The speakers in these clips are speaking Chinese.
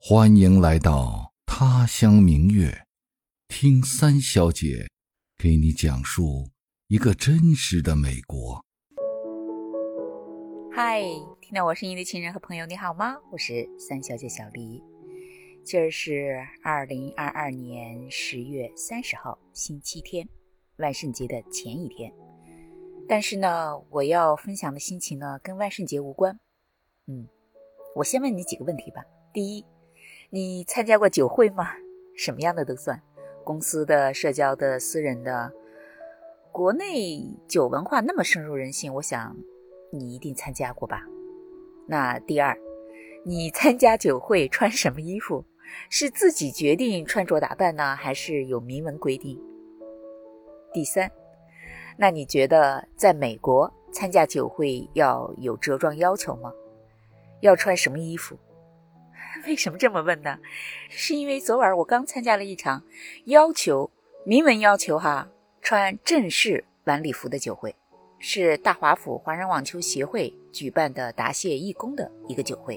欢迎来到他乡明月，听三小姐给你讲述一个真实的美国。 嗨，听到我声音的亲人和朋友你好吗？我是三小姐小黎。今儿是2022年10月30号星期天，万圣节的前一天。但是呢，我要分享的心情呢跟万圣节无关。我先问你几个问题吧。第一，你参加过酒会吗？什么样的都算，公司的、社交的、私人的。国内酒文化那么深入人心，我想你一定参加过吧。那第二，你参加酒会穿什么衣服？是自己决定穿着打扮呢，还是有明文规定？第三，那你觉得在美国参加酒会要有着装要求吗？要穿什么衣服？为什么这么问呢？是因为昨晚我刚参加了一场明文要求穿正式晚礼服的酒会，是大华府华人网球协会举办的答谢义工的一个酒会。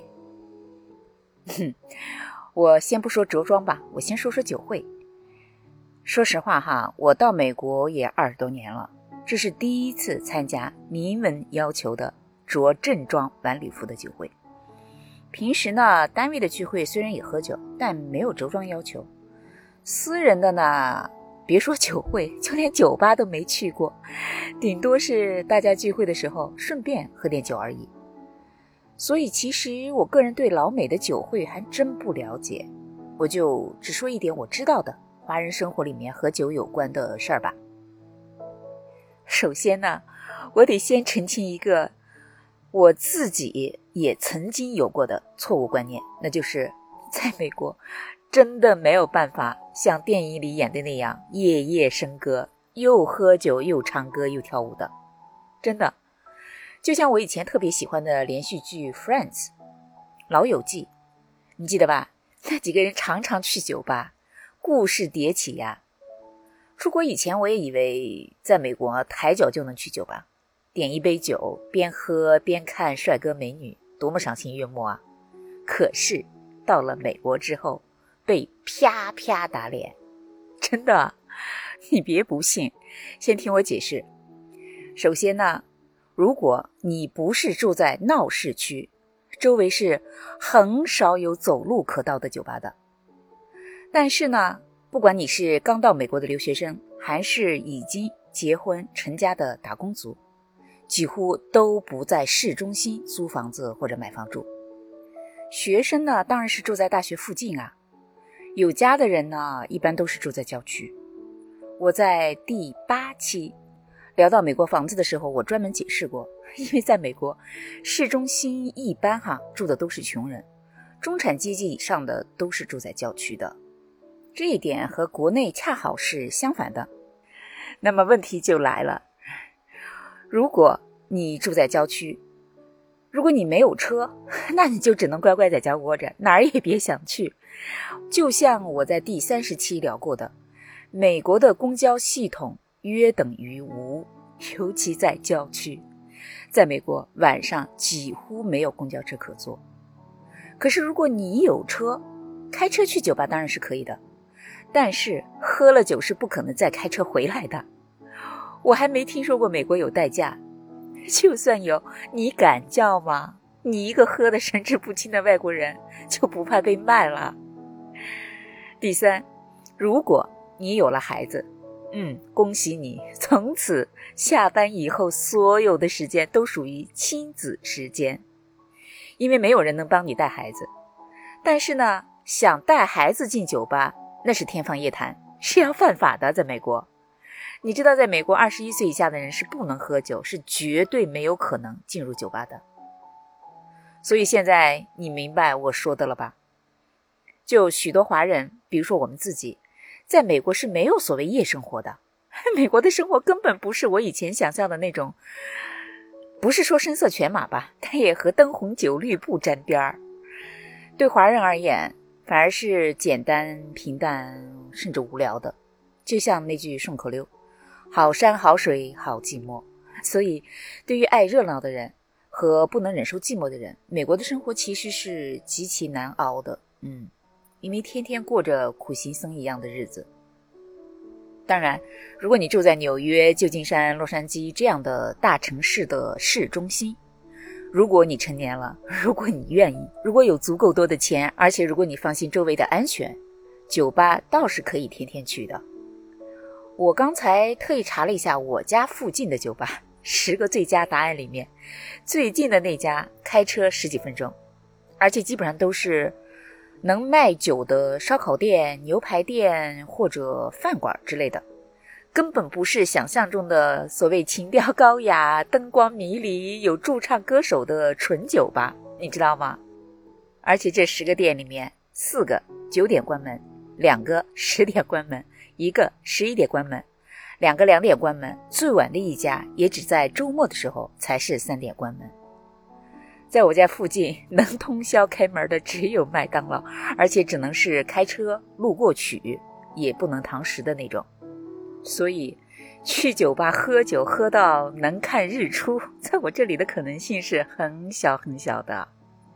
我先不说着装吧，我先说说酒会。说实话我到美国也20多年了，这是第一次参加明文要求的着正装晚礼服的酒会。平时呢，单位的聚会虽然也喝酒，但没有着装要求。私人的呢，别说酒会，就连酒吧都没去过，顶多是大家聚会的时候顺便喝点酒而已。所以其实我个人对老美的酒会还真不了解，我就只说一点我知道的华人生活里面和酒有关的事儿吧。首先呢，我得先澄清一个我自己也曾经有过的错误观念，那就是在美国真的没有办法像电影里演的那样夜夜笙歌，又喝酒又唱歌又跳舞的。真的，就像我以前特别喜欢的连续剧 Friends 老友记，你记得吧？那几个人常常去酒吧，故事迭起呀。出国以前我也以为在美国抬脚就能去酒吧，点一杯酒，边喝边看帅哥美女，多么赏心悦目啊！可是到了美国之后，被啪啪打脸。真的，你别不信，先听我解释。首先呢，如果你不是住在闹市区，周围是很少有走路可到的酒吧的。但是呢，不管你是刚到美国的留学生，还是已经结婚成家的打工族，几乎都不在市中心租房子或者买房住。学生呢，当然是住在大学附近啊。有家的人呢，一般都是住在郊区。我在第8期聊到美国房子的时候，我专门解释过，因为在美国市中心一般住的都是穷人，中产阶级以上的都是住在郊区的。这一点和国内恰好是相反的。那么问题就来了，如果你住在郊区，如果你没有车，那你就只能乖乖在家窝着，哪儿也别想去。就像我在第30期聊过的，美国的公交系统约等于无，尤其在郊区。在美国晚上几乎没有公交车可坐。可是如果你有车，开车去酒吧当然是可以的，但是喝了酒是不可能再开车回来的。我还没听说过美国有代驾，就算有，你敢叫吗？你一个喝得神志不清的外国人，就不怕被卖了？第三，如果你有了孩子，恭喜你，从此下班以后所有的时间都属于亲子时间，因为没有人能帮你带孩子。但是呢，想带孩子进酒吧，那是天方夜谭，是要犯法的，在美国。你知道在美国21岁以下的人是不能喝酒，是绝对没有可能进入酒吧的。所以现在你明白我说的了吧？就许多华人，比如说我们自己，在美国是没有所谓夜生活的。美国的生活根本不是我以前想象的那种，不是说声色犬马吧，但也和灯红酒绿不沾边儿。对华人而言，反而是简单平淡甚至无聊的，就像那句顺口溜，好山好水好寂寞。所以对于爱热闹的人和不能忍受寂寞的人，美国的生活其实是极其难熬的。 因为天天过着苦行僧一样的日子。当然，如果你住在纽约、旧金山、洛杉矶这样的大城市的市中心，如果你成年了，如果你愿意，如果有足够多的钱，而且如果你放心周围的安全，酒吧倒是可以天天去的。我刚才特意查了一下我家附近的酒吧，10个最佳答案里面，最近的那家开车10几分钟，而且基本上都是能卖酒的烧烤店、牛排店或者饭馆之类的，根本不是想象中的所谓情调高雅、灯光迷离、有驻唱歌手的纯酒吧，你知道吗？而且这10个店里面，4个9点关门，2个10点关门，1个11点关门，2个2点关门，最晚的一家也只在周末的时候才是3点关门。在我家附近能通宵开门的只有麦当劳，而且只能是开车路过取，也不能堂食的那种。所以去酒吧喝酒喝到能看日出，在我这里的可能性是很小很小的。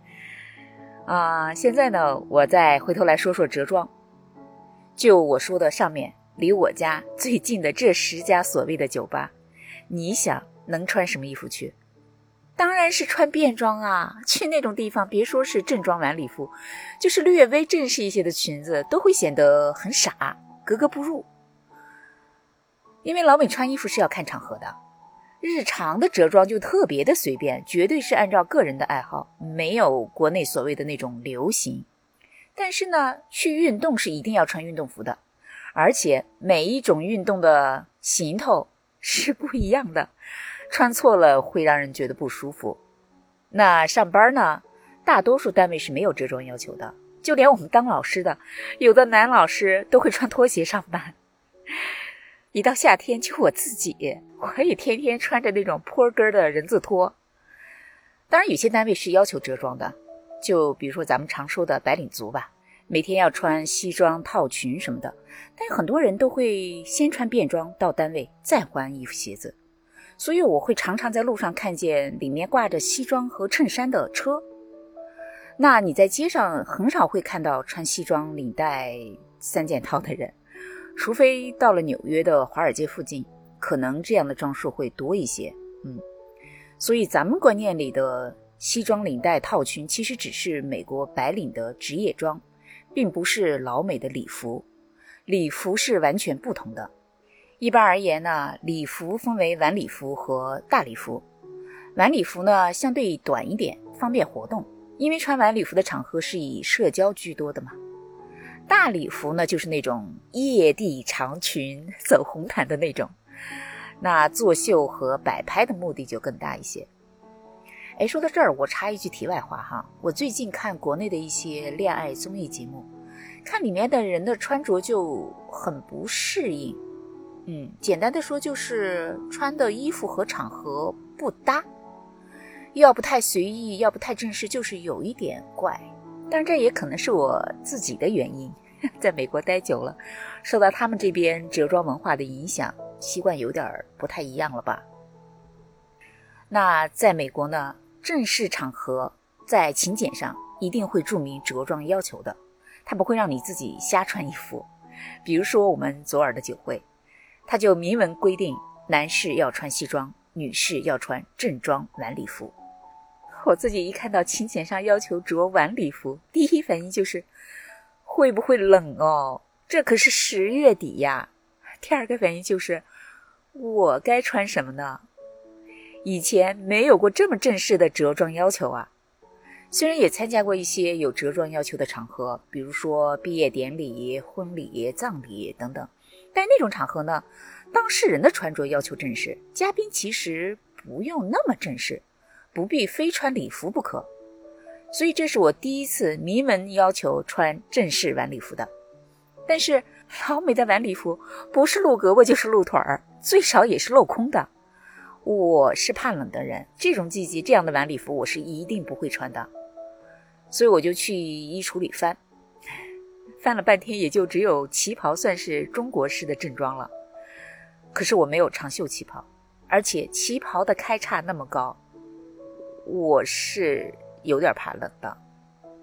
现在呢，我再回头来说说折庄。就我说的上面，离我家最近的这10家所谓的酒吧，你想能穿什么衣服去？当然是穿便装啊！去那种地方，别说是正装晚礼服，就是略微正式一些的裙子都会显得很傻，格格不入。因为老美穿衣服是要看场合的，日常的折装就特别的随便，绝对是按照个人的爱好，没有国内所谓的那种流行。但是呢，去运动是一定要穿运动服的，而且每一种运动的行头是不一样的，穿错了会让人觉得不舒服。那上班呢，大多数单位是没有折装要求的，就连我们当老师的，有的男老师都会穿拖鞋上班。一到夏天，就我自己，我也天天穿着那种坡跟的人字拖。当然有些单位是要求折装的，就比如说咱们常说的白领族吧，每天要穿西装套裙什么的，但很多人都会先穿便装到单位，再换衣服鞋子。所以我会常常在路上看见里面挂着西装和衬衫的车。那你在街上很少会看到穿西装领带3件套的人，除非到了纽约的华尔街附近，可能这样的装束会多一些。所以咱们观念里的西装领带套裙其实只是美国白领的职业装，并不是老美的礼服。礼服是完全不同的。一般而言呢，礼服分为晚礼服和大礼服。晚礼服呢相对短一点，方便活动，因为穿晚礼服的场合是以社交居多的嘛。大礼服呢就是那种夜地长裙走红毯的那种，那作秀和摆拍的目的就更大一些。说到这儿，我插一句题外话哈，我最近看国内的一些恋爱综艺节目，看里面的人的穿着就很不适应。简单的说就是穿的衣服和场合不搭，要不太随意，要不太正式，就是有一点怪。但这也可能是我自己的原因，在美国待久了，受到他们这边折装文化的影响，习惯有点不太一样了吧。那在美国呢，正式场合在请柬上一定会注明着装要求的，他不会让你自己瞎穿衣服。比如说我们左耳的酒会，他就明文规定男士要穿西装，女士要穿正装晚礼服。我自己一看到请柬上要求着晚礼服，第一反应就是会不会冷哦，这可是10月底呀。第二个反应就是我该穿什么呢？以前没有过这么正式的着装要求啊。虽然也参加过一些有着装要求的场合，比如说毕业典礼、婚礼、葬礼等等，但那种场合呢，当事人的穿着要求正式，嘉宾其实不用那么正式，不必非穿礼服不可。所以这是我第一次明文要求穿正式晚礼服的。但是老美的晚礼服不是露胳膊就是露腿儿，最少也是镂空的。我是怕冷的人，这种季节这样的晚礼服我是一定不会穿的。所以我就去衣橱里翻了半天，也就只有旗袍算是中国式的正装了。可是我没有长袖旗袍，而且旗袍的开叉那么高，我是有点怕冷的。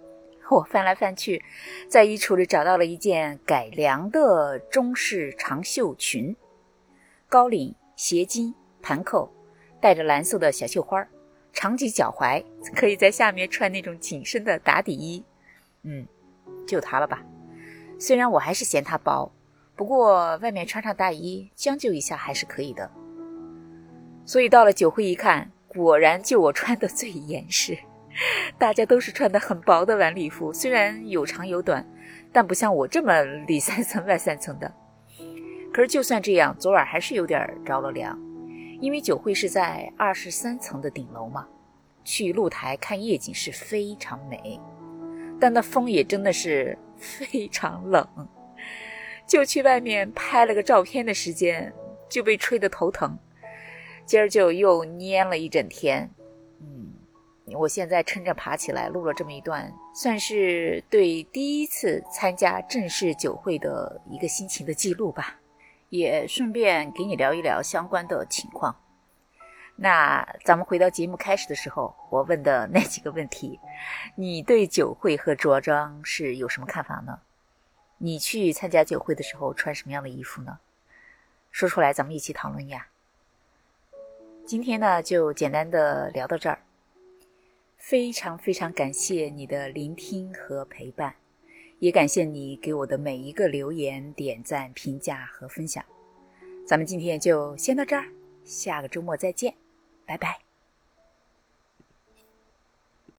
我翻来翻去，在衣橱里找到了一件改良的中式长袖裙，高领、斜襟、盘扣，带着蓝色的小绣花，长及脚踝，可以在下面穿那种紧身的打底衣。就它了吧。虽然我还是嫌它薄，不过外面穿上大衣，将就一下还是可以的。所以到了酒会一看，果然就我穿的最严实。大家都是穿的很薄的晚礼服，虽然有长有短，但不像我这么里三层外三层的。可是就算这样，左耳还是有点着了凉，因为酒会是在23层的顶楼嘛，去露台看夜景是非常美，但那风也真的是非常冷。就去外面拍了个照片的时间，就被吹得头疼，今儿就又蔫了一整天。我现在趁着爬起来录了这么一段，算是对第一次参加正式酒会的一个心情的记录吧，也顺便给你聊一聊相关的情况。那咱们回到节目开始的时候，我问的那几个问题，你对酒会和着装是有什么看法呢？你去参加酒会的时候穿什么样的衣服呢？说出来咱们一起讨论呀。今天呢就简单的聊到这儿，非常非常感谢你的聆听和陪伴，也感谢你给我的每一个留言、点赞、评价和分享。咱们今天就先到这儿，下个周末再见，拜拜。